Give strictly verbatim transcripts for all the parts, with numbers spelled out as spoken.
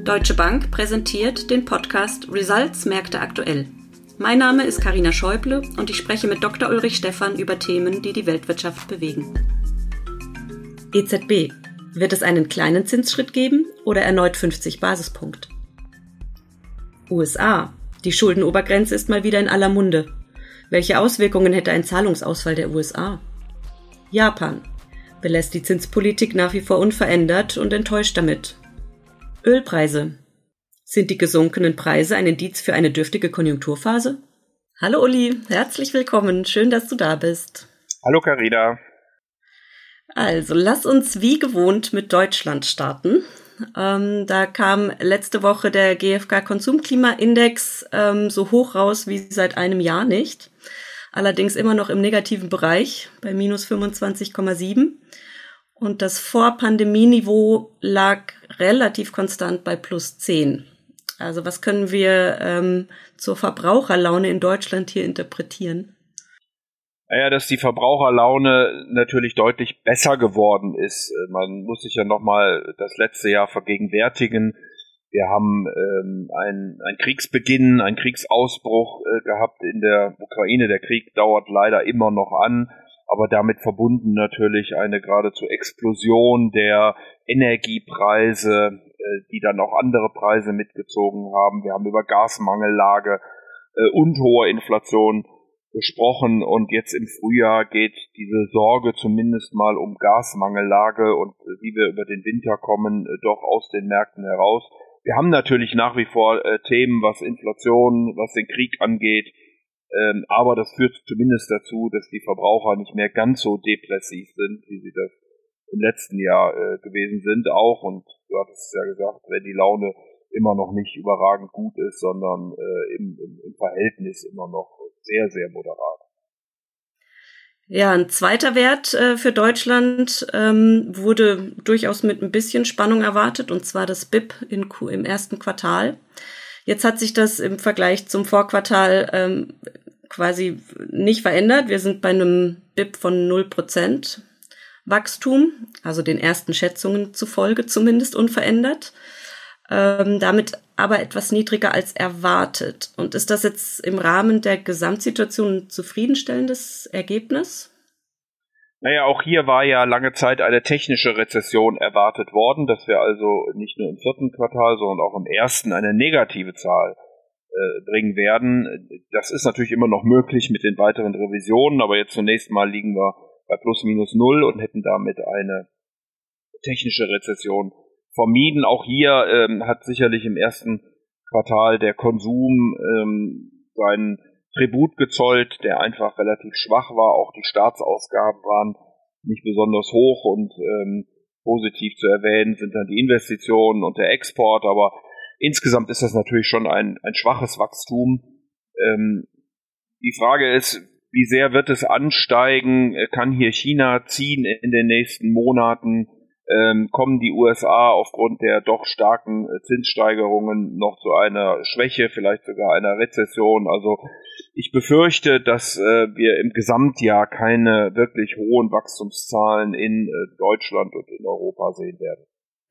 Deutsche Bank präsentiert den Podcast Results Märkte aktuell. Mein Name ist Carina Schäuble und ich spreche mit Doktor Ulrich Stephan über Themen, die die Weltwirtschaft bewegen. E Z B. Wird es einen kleinen Zinsschritt geben oder erneut fünfzig Basispunkte? U S A. Die Schuldenobergrenze ist mal wieder in aller Munde. Welche Auswirkungen hätte ein Zahlungsausfall der U S A? Japan. Belässt die Zinspolitik nach wie vor unverändert und enttäuscht damit. Ölpreise. Sind die gesunkenen Preise ein Indiz für eine dürftige Konjunkturphase? Hallo Uli, herzlich willkommen. Schön, dass du da bist. Hallo Carina. Also, lass uns wie gewohnt mit Deutschland starten. Ähm, da kam letzte Woche der G f K-Konsumklimaindex ähm, so hoch raus wie seit einem Jahr nicht. Allerdings immer noch im negativen Bereich bei minus fünfundzwanzig Komma sieben. Und das Vor-Pandemie-Niveau lag relativ konstant bei plus zehn. Also was können wir ähm, zur Verbraucherlaune in Deutschland hier interpretieren? Naja, dass die Verbraucherlaune natürlich deutlich besser geworden ist. Man muss sich ja nochmal das letzte Jahr vergegenwärtigen. Wir haben ähm, einen, einen Kriegsbeginn, einen Kriegsausbruch äh, gehabt in der Ukraine. Der Krieg dauert leider immer noch an, aber damit verbunden natürlich eine geradezu Explosion der Energiepreise, äh, die dann auch andere Preise mitgezogen haben. Wir haben über Gasmangellage äh, und hohe Inflation gesprochen und jetzt im Frühjahr geht diese Sorge zumindest mal um Gasmangellage und äh, wie wir über den Winter kommen, äh, doch aus den Märkten heraus. Wir haben natürlich nach wie vor äh, Themen, was Inflation, was den Krieg angeht, ähm, aber das führt zumindest dazu, dass die Verbraucher nicht mehr ganz so depressiv sind, wie sie das im letzten Jahr äh, gewesen sind auch. Und du hattest ja gesagt, wenn die Laune immer noch nicht überragend gut ist, sondern äh, im, im, im Verhältnis immer noch sehr, sehr moderat. Ja, ein zweiter Wert äh, für Deutschland ähm, wurde durchaus mit ein bisschen Spannung erwartet, und zwar das B I P in Q- im ersten Quartal. Jetzt hat sich das im Vergleich zum Vorquartal ähm, quasi nicht verändert. Wir sind bei einem B I P von null Prozent Wachstum, also den ersten Schätzungen zufolge zumindest unverändert. Ähm, damit aber etwas niedriger als erwartet. Und ist das jetzt im Rahmen der Gesamtsituation ein zufriedenstellendes Ergebnis? Naja, auch hier war ja lange Zeit eine technische Rezession erwartet worden, dass wir also nicht nur im vierten Quartal, sondern auch im ersten eine negative Zahl äh, bringen werden. Das ist natürlich immer noch möglich mit den weiteren Revisionen, aber jetzt zunächst mal liegen wir bei plus minus null und hätten damit eine technische Rezession vermieden. Auch hier ähm, hat sicherlich im ersten Quartal der Konsum ähm, seinen Tribut gezollt, der einfach relativ schwach war. Auch die Staatsausgaben waren nicht besonders hoch und ähm, positiv zu erwähnen sind dann die Investitionen und der Export. Aber insgesamt ist das natürlich schon ein, ein schwaches Wachstum. Ähm, die Frage ist, wie sehr wird es ansteigen? Kann hier China ziehen in den nächsten Monaten? Ähm, kommen die U S A aufgrund der doch starken äh, Zinssteigerungen noch zu einer Schwäche, vielleicht sogar einer Rezession? Also ich befürchte, dass äh, wir im Gesamtjahr keine wirklich hohen Wachstumszahlen in äh, Deutschland und in Europa sehen werden.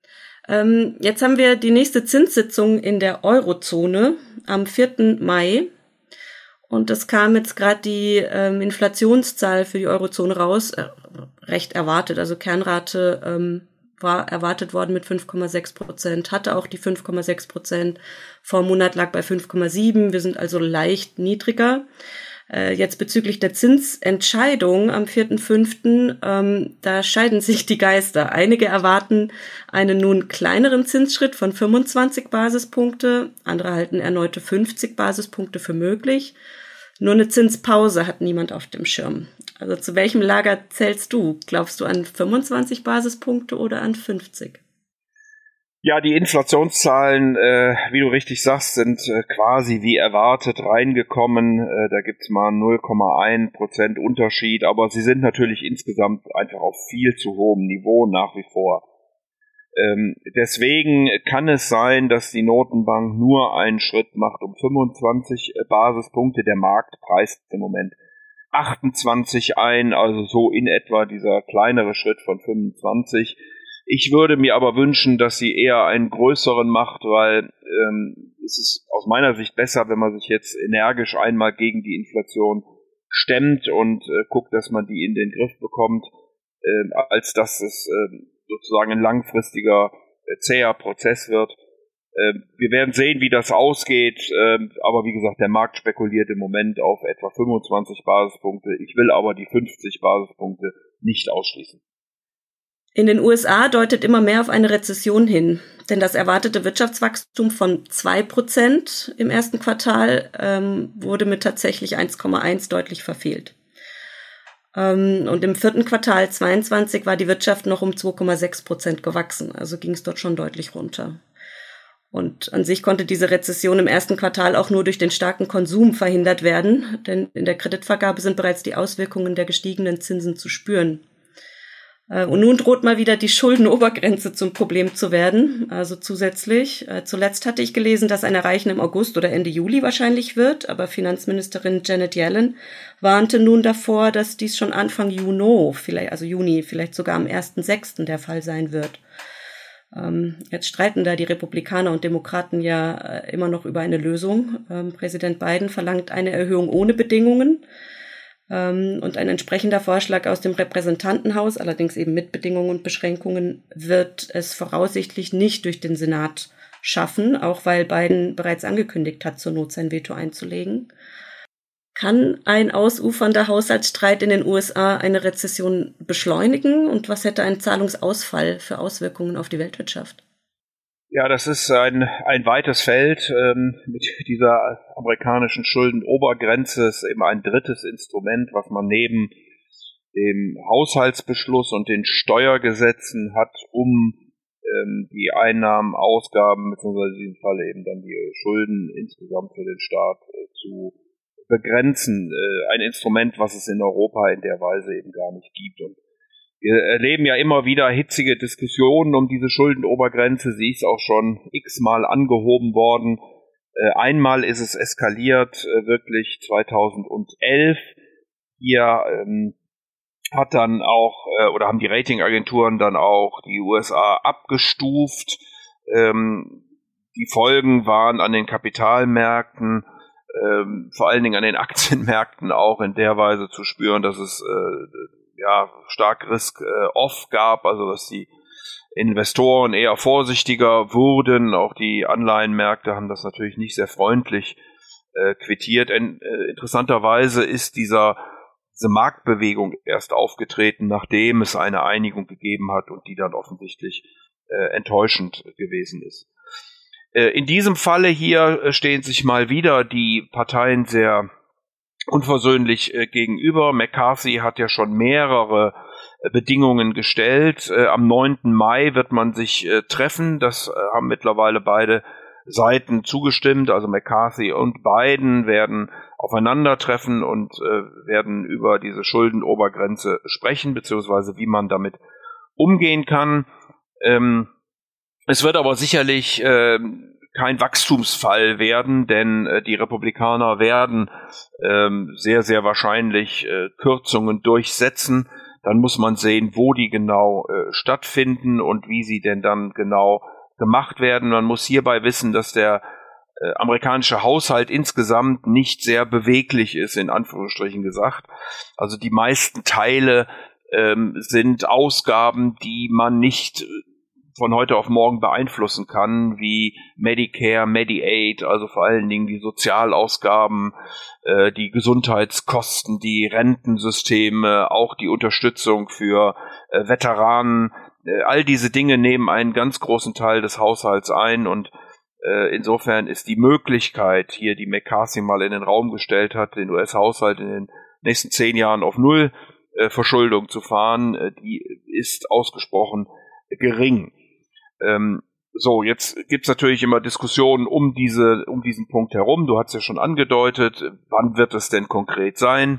Ähm, jetzt haben wir die nächste Zinssitzung in der Eurozone am vierten Mai. Und es kam jetzt gerade die ähm, Inflationszahl für die Eurozone raus, äh, recht erwartet. Also Kernrate ähm, war erwartet worden mit fünf Komma sechs Prozent, hatte auch die fünf Komma sechs Prozent. Vor einem Monat lag bei fünf Komma sieben. Wir sind also leicht niedriger. Äh, jetzt bezüglich der Zinsentscheidung am vierten fünften Ähm, da scheiden sich die Geister. Einige erwarten einen nun kleineren Zinsschritt von fünfundzwanzig Basispunkte. Andere halten erneute fünfzig Basispunkte für möglich. Nur eine Zinspause hat niemand auf dem Schirm. Also zu welchem Lager zählst du? Glaubst du an fünfundzwanzig Basispunkte oder an fünfzig? Ja, die Inflationszahlen, äh, wie du richtig sagst, sind äh, quasi wie erwartet reingekommen. Äh, da gibt's mal null Komma eins Prozent Unterschied, aber sie sind natürlich insgesamt einfach auf viel zu hohem Niveau nach wie vor. Ähm, deswegen kann es sein, dass die Notenbank nur einen Schritt macht um fünfundzwanzig Basispunkte. Der Markt preist im Moment achtundzwanzig ein, also so in etwa dieser kleinere Schritt von fünfundzwanzig. Ich würde mir aber wünschen, dass sie eher einen größeren macht, weil ähm, es ist aus meiner Sicht besser, wenn man sich jetzt energisch einmal gegen die Inflation stemmt und äh, guckt, dass man die in den Griff bekommt, äh, als dass es äh, sozusagen ein langfristiger, äh, zäher Prozess wird. Äh, wir werden sehen, wie das ausgeht, äh, aber wie gesagt, der Markt spekuliert im Moment auf etwa fünfundzwanzig Basispunkte. Ich will aber die fünfzig Basispunkte nicht ausschließen. In den U S A deutet immer mehr auf eine Rezession hin, denn das erwartete Wirtschaftswachstum von zwei Prozent im ersten Quartal ähm, wurde mit tatsächlich eins Komma eins deutlich verfehlt. Ähm, und im vierten Quartal zweiundzwanzig war die Wirtschaft noch um zwei Komma sechs Prozent gewachsen, also ging es dort schon deutlich runter. Und an sich konnte diese Rezession im ersten Quartal auch nur durch den starken Konsum verhindert werden, denn in der Kreditvergabe sind bereits die Auswirkungen der gestiegenen Zinsen zu spüren. Und nun droht mal wieder die Schuldenobergrenze zum Problem zu werden, also zusätzlich. Zuletzt hatte ich gelesen, dass ein Erreichen im August oder Ende Juli wahrscheinlich wird, aber Finanzministerin Janet Yellen warnte nun davor, dass dies schon Anfang Juni, vielleicht, also Juni, vielleicht sogar am ersten sechsten der Fall sein wird. Jetzt streiten da die Republikaner und Demokraten ja immer noch über eine Lösung. Präsident Biden verlangt eine Erhöhung ohne Bedingungen. Und ein entsprechender Vorschlag aus dem Repräsentantenhaus, allerdings eben mit Bedingungen und Beschränkungen, wird es voraussichtlich nicht durch den Senat schaffen, auch weil Biden bereits angekündigt hat, zur Not sein Veto einzulegen. Kann ein ausufernder Haushaltsstreit in den U S A eine Rezession beschleunigen? Und was hätte ein Zahlungsausfall für Auswirkungen auf die Weltwirtschaft? Ja, das ist ein, ein weites Feld. Ähm, mit dieser amerikanischen Schuldenobergrenze ist eben ein drittes Instrument, was man neben dem Haushaltsbeschluss und den Steuergesetzen hat, um ähm, die Einnahmen, Ausgaben, beziehungsweise in diesem Fall eben dann die Schulden insgesamt für den Staat äh, zu begrenzen. Äh, ein Instrument, was es in Europa in der Weise eben gar nicht gibt. Und wir erleben ja immer wieder hitzige Diskussionen um diese Schuldenobergrenze. Sie ist auch schon x-mal angehoben worden. Äh, einmal ist es eskaliert, äh, wirklich zweitausendelf. Hier ähm, hat dann auch, äh, oder haben die Ratingagenturen dann auch die U S A abgestuft. Ähm, die Folgen waren an den Kapitalmärkten, ähm, vor allen Dingen an den Aktienmärkten auch in der Weise zu spüren, dass es äh, ja, stark Risk-Off gab, also dass die Investoren eher vorsichtiger wurden. Auch die Anleihenmärkte haben das natürlich nicht sehr freundlich äh, quittiert. En, äh, interessanterweise ist dieser, diese Marktbewegung erst aufgetreten, nachdem es eine Einigung gegeben hat und die dann offensichtlich äh, enttäuschend gewesen ist. Äh, in diesem Falle hier stehen sich mal wieder die Parteien sehr unversöhnlich äh, gegenüber. McCarthy hat ja schon mehrere äh, Bedingungen gestellt. Äh, am neunten Mai wird man sich äh, treffen. Das äh, haben mittlerweile beide Seiten zugestimmt. Also McCarthy und Biden werden aufeinandertreffen und äh, werden über diese Schuldenobergrenze sprechen, beziehungsweise wie man damit umgehen kann. Ähm, es wird aber sicherlich äh, kein Wachstumsfall werden, denn äh, die Republikaner werden ähm, sehr, sehr wahrscheinlich äh, Kürzungen durchsetzen. Dann muss man sehen, wo die genau äh, stattfinden und wie sie denn dann genau gemacht werden. Man muss hierbei wissen, dass der äh, amerikanische Haushalt insgesamt nicht sehr beweglich ist, in Anführungsstrichen gesagt. Also die meisten Teile ähm, sind Ausgaben, die man nicht von heute auf morgen beeinflussen kann, wie Medicare, Mediaid, also vor allen Dingen die Sozialausgaben, äh, die Gesundheitskosten, die Rentensysteme, auch die Unterstützung für äh, Veteranen. Äh, all diese Dinge nehmen einen ganz großen Teil des Haushalts ein und äh, insofern ist die Möglichkeit, hier die McCarthy mal in den Raum gestellt hat, den U S-Haushalt in den nächsten zehn Jahren auf Null äh, Verschuldung zu fahren, äh, die ist ausgesprochen gering. Ähm, so, jetzt gibt's natürlich immer Diskussionen um diese, um diesen Punkt herum. Du hast ja schon angedeutet, wann wird es denn konkret sein?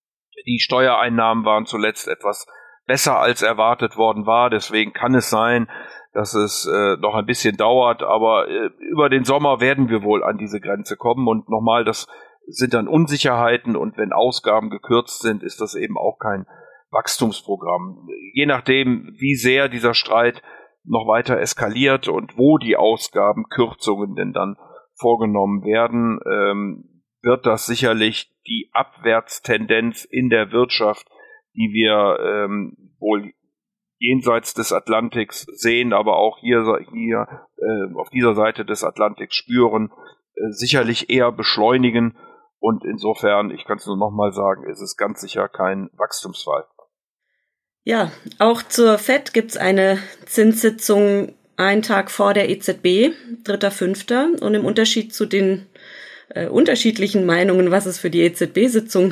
Die Steuereinnahmen waren zuletzt etwas besser als erwartet worden war, deswegen kann es sein, dass es äh, noch ein bisschen dauert, aber äh, über den Sommer werden wir wohl an diese Grenze kommen und nochmal, das sind dann Unsicherheiten und wenn Ausgaben gekürzt sind, ist das eben auch kein Wachstumsprogramm. Je nachdem, wie sehr dieser Streit noch weiter eskaliert und wo die Ausgabenkürzungen denn dann vorgenommen werden, ähm, wird das sicherlich die Abwärtstendenz in der Wirtschaft, die wir ähm, wohl jenseits des Atlantiks sehen, aber auch hier, hier äh, auf dieser Seite des Atlantiks spüren, äh, sicherlich eher beschleunigen. Und insofern, ich kann es nur nochmal sagen, ist es ganz sicher kein Wachstumsfall. Ja, auch zur Fed gibt's eine Zinssitzung einen Tag vor der E Z B, dritter fünfter Und im Unterschied zu den äh, unterschiedlichen Meinungen, was es für die E Z B-Sitzung,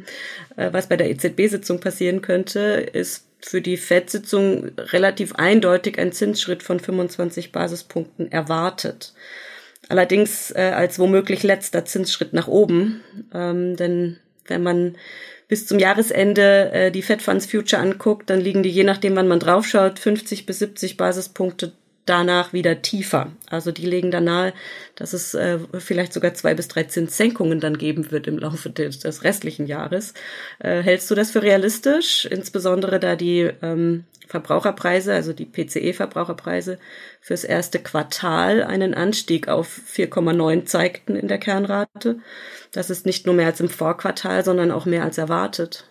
äh, was bei der E Z B-Sitzung passieren könnte, ist für die Fed-Sitzung relativ eindeutig ein Zinsschritt von fünfundzwanzig Basispunkten erwartet. Allerdings äh, als womöglich letzter Zinsschritt nach oben, ähm, denn wenn man bis zum Jahresende äh, die Fed Funds Future anguckt, dann liegen die, je nachdem wann man draufschaut, fünfzig bis siebzig Basispunkte danach wieder tiefer. Also die legen da nahe, dass es äh, vielleicht sogar zwei bis drei Zinssenkungen dann geben wird im Laufe des, des restlichen Jahres. Äh, hältst du das für realistisch? Insbesondere da die ähm, Verbraucherpreise, also die P C E-Verbraucherpreise fürs erste Quartal einen Anstieg auf vier Komma neun zeigten in der Kernrate. Das ist nicht nur mehr als im Vorquartal, sondern auch mehr als erwartet.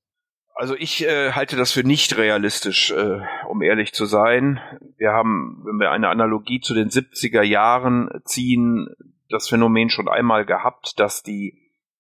Also ich äh, halte das für nicht realistisch, äh, um ehrlich zu sein. Wir haben, wenn wir eine Analogie zu den siebziger Jahren ziehen, das Phänomen schon einmal gehabt, dass die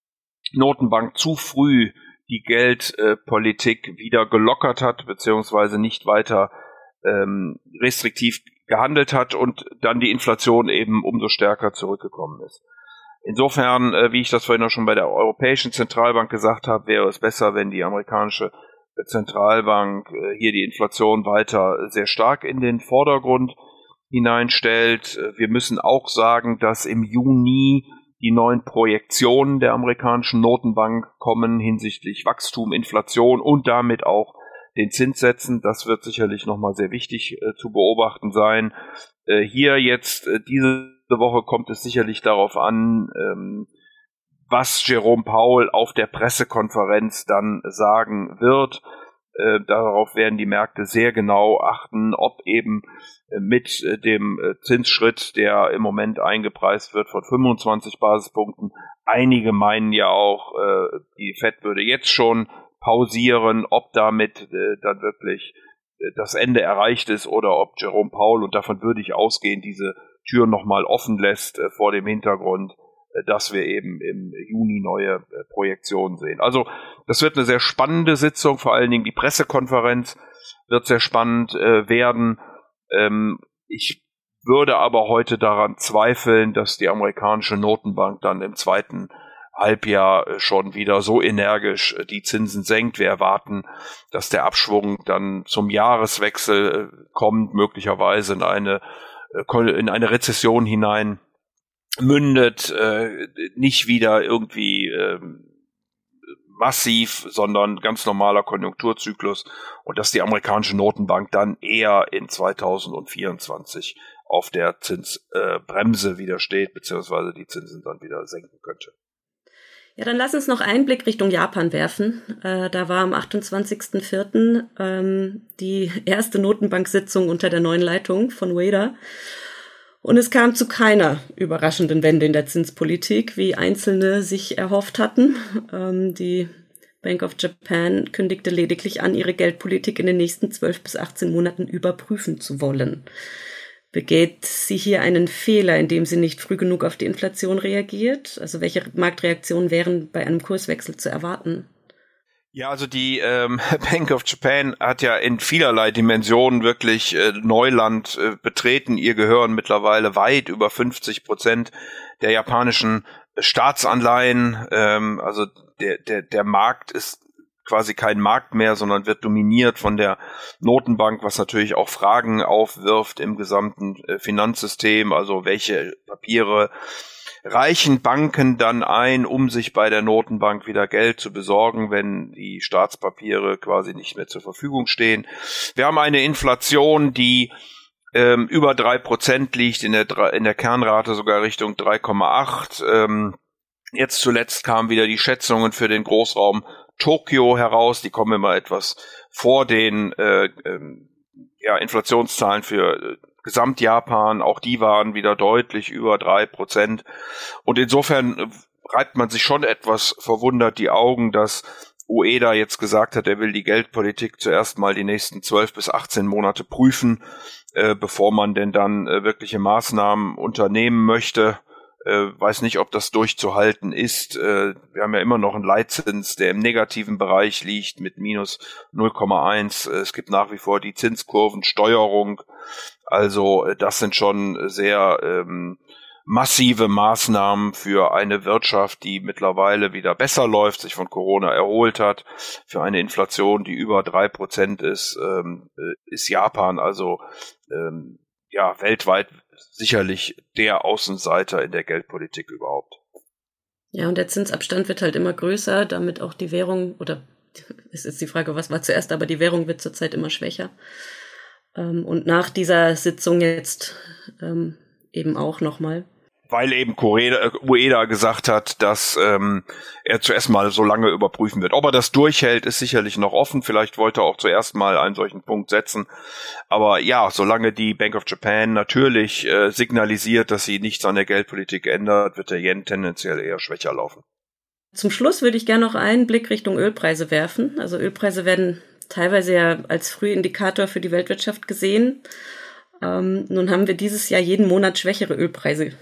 Notenbank zu früh die Geldpolitik äh, wieder gelockert hat, beziehungsweise nicht weiter ähm, restriktiv gehandelt hat und dann die Inflation eben umso stärker zurückgekommen ist. Insofern, äh, wie ich das vorhin auch schon bei der Europäischen Zentralbank gesagt habe, wäre es besser, wenn die amerikanische Zentralbank äh, hier die Inflation weiter sehr stark in den Vordergrund hineinstellt. Wir müssen auch sagen, dass im Juni die neuen Projektionen der amerikanischen Notenbank kommen hinsichtlich Wachstum, Inflation und damit auch den Zinssätzen. Das wird sicherlich nochmal sehr wichtig äh, zu beobachten sein. Äh, hier jetzt, äh, diese Woche kommt es sicherlich darauf an, ähm, was Jerome Powell auf der Pressekonferenz dann sagen wird. Äh, darauf werden die Märkte sehr genau achten, ob eben äh, mit äh, dem äh, Zinsschritt, der im Moment eingepreist wird von fünfundzwanzig Basispunkten, einige meinen ja auch, äh, die Fed würde jetzt schon pausieren, ob damit äh, dann wirklich äh, das Ende erreicht ist oder ob Jerome Powell, und davon würde ich ausgehen, diese Tür nochmal offen lässt äh, vor dem Hintergrund, äh, dass wir eben im Juni neue äh, Projektionen sehen. Also das wird eine sehr spannende Sitzung, vor allen Dingen die Pressekonferenz wird sehr spannend äh, werden. Ähm, ich würde aber heute daran zweifeln, dass die amerikanische Notenbank dann im zweiten Halbjahr schon wieder so energisch die Zinsen senkt. Wir erwarten, dass der Abschwung dann zum Jahreswechsel kommt, möglicherweise in eine in eine Rezession hinein mündet, äh, nicht wieder irgendwie äh, massiv, sondern ganz normaler Konjunkturzyklus, und dass die amerikanische Notenbank dann eher in zweitausendvierundzwanzig auf der Zinsbremse äh, wieder steht, beziehungsweise die Zinsen dann wieder senken könnte. Ja, dann lass uns noch einen Blick Richtung Japan werfen. Äh, da war am achtundzwanzigsten vierten Ähm, die erste Notenbank-Sitzung unter der neuen Leitung von Ueda. Und es kam zu keiner überraschenden Wende in der Zinspolitik, wie Einzelne sich erhofft hatten. Ähm, die Bank of Japan kündigte lediglich an, ihre Geldpolitik in den nächsten zwölf bis achtzehn Monaten überprüfen zu wollen. Begeht sie hier einen Fehler, indem sie nicht früh genug auf die Inflation reagiert? Also welche Marktreaktionen wären bei einem Kurswechsel zu erwarten? Ja, also die ähm, Bank of Japan hat ja in vielerlei Dimensionen wirklich äh, Neuland äh, betreten. Ihr gehören mittlerweile weit über fünfzig Prozent der japanischen Staatsanleihen. Ähm, also der, der, der Markt ist quasi kein Markt mehr, sondern wird dominiert von der Notenbank, was natürlich auch Fragen aufwirft im gesamten äh, Finanzsystem. Also welche Papiere reichen Banken dann ein, um sich bei der Notenbank wieder Geld zu besorgen, wenn die Staatspapiere quasi nicht mehr zur Verfügung stehen. Wir haben eine Inflation, die ähm, über drei Prozent liegt, in der, in der Kernrate sogar Richtung drei Komma acht. Ähm, Jetzt zuletzt kamen wieder die Schätzungen für den Großraum Tokio heraus, die kommen immer etwas vor den äh, ähm, ja, Inflationszahlen für äh, Gesamtjapan, auch die waren wieder deutlich über drei Prozent. Und insofern reibt man sich schon etwas verwundert die Augen, dass Ueda jetzt gesagt hat, er will die Geldpolitik zuerst mal die nächsten zwölf bis achtzehn Monate prüfen, äh, bevor man denn dann äh, wirkliche Maßnahmen unternehmen möchte. Äh, weiß nicht, ob das durchzuhalten ist. Äh, wir haben ja immer noch einen Leitzins, der im negativen Bereich liegt mit minus null Komma eins. Äh, es gibt nach wie vor die Zinskurvensteuerung. Also äh, das sind schon sehr ähm, massive Maßnahmen für eine Wirtschaft, die mittlerweile wieder besser läuft, sich von Corona erholt hat. Für eine Inflation, die über drei Prozent ist, ähm, ist Japan also ähm, ja weltweit sicherlich der Außenseiter in der Geldpolitik überhaupt. Ja, und der Zinsabstand wird halt immer größer, damit auch die Währung, oder es ist die Frage, was war zuerst, aber die Währung wird zurzeit immer schwächer. Ähm, und nach dieser Sitzung jetzt ähm, eben auch nochmal. Weil eben Ueda gesagt hat, dass ähm, er zuerst mal so lange überprüfen wird. Ob er das durchhält, ist sicherlich noch offen. Vielleicht wollte er auch zuerst mal einen solchen Punkt setzen. Aber ja, solange die Bank of Japan natürlich äh, signalisiert, dass sie nichts an der Geldpolitik ändert, wird der Yen tendenziell eher schwächer laufen. Zum Schluss würde ich gerne noch einen Blick Richtung Ölpreise werfen. Also Ölpreise werden teilweise ja als Frühindikator für die Weltwirtschaft gesehen. Ähm, nun haben wir dieses Jahr jeden Monat schwächere Ölpreise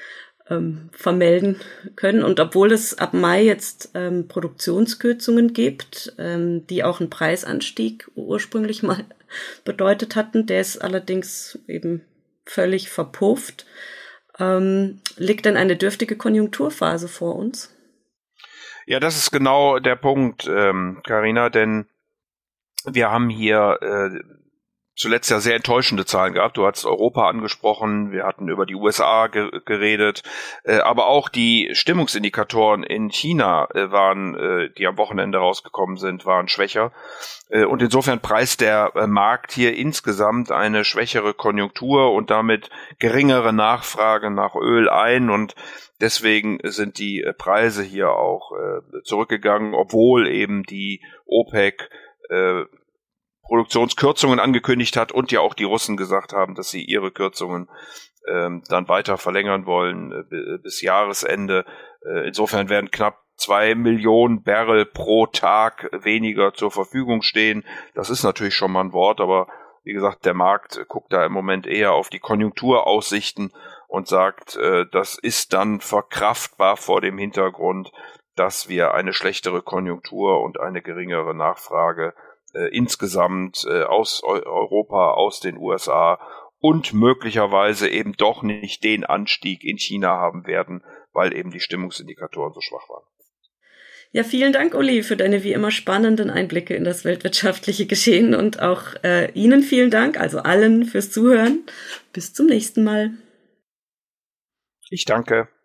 ähm, vermelden können. Und obwohl es ab Mai jetzt ähm, Produktionskürzungen gibt, ähm, die auch einen Preisanstieg ursprünglich mal bedeutet hatten, der ist allerdings eben völlig verpufft, ähm, liegt dann eine dürftige Konjunkturphase vor uns? Ja, das ist genau der Punkt, ähm, Carina, denn wir haben hier äh, zuletzt ja sehr enttäuschende Zahlen gehabt. Du hast Europa angesprochen, wir hatten über die U S A ge- geredet, äh, aber auch die Stimmungsindikatoren in China äh, waren, äh, die am Wochenende rausgekommen sind, waren schwächer. Äh, und insofern preist der äh, Markt hier insgesamt eine schwächere Konjunktur und damit geringere Nachfrage nach Öl ein, und deswegen sind die äh, Preise hier auch äh, zurückgegangen, obwohl eben die OPEC äh, Produktionskürzungen angekündigt hat und ja auch die Russen gesagt haben, dass sie ihre Kürzungen ähm, dann weiter verlängern wollen äh, bis Jahresende. Äh, insofern werden knapp zwei Millionen Barrel pro Tag weniger zur Verfügung stehen. Das ist natürlich schon mal ein Wort, aber wie gesagt, der Markt guckt da im Moment eher auf die Konjunkturaussichten und sagt, äh, das ist dann verkraftbar vor dem Hintergrund, dass wir eine schlechtere Konjunktur und eine geringere Nachfrage Äh, insgesamt äh, aus Eu- Europa, aus den U S A und möglicherweise eben doch nicht den Anstieg in China haben werden, weil eben die Stimmungsindikatoren so schwach waren. Ja, vielen Dank, Uli, für deine wie immer spannenden Einblicke in das weltwirtschaftliche Geschehen und auch äh, Ihnen vielen Dank, also allen fürs Zuhören. Bis zum nächsten Mal. Ich danke.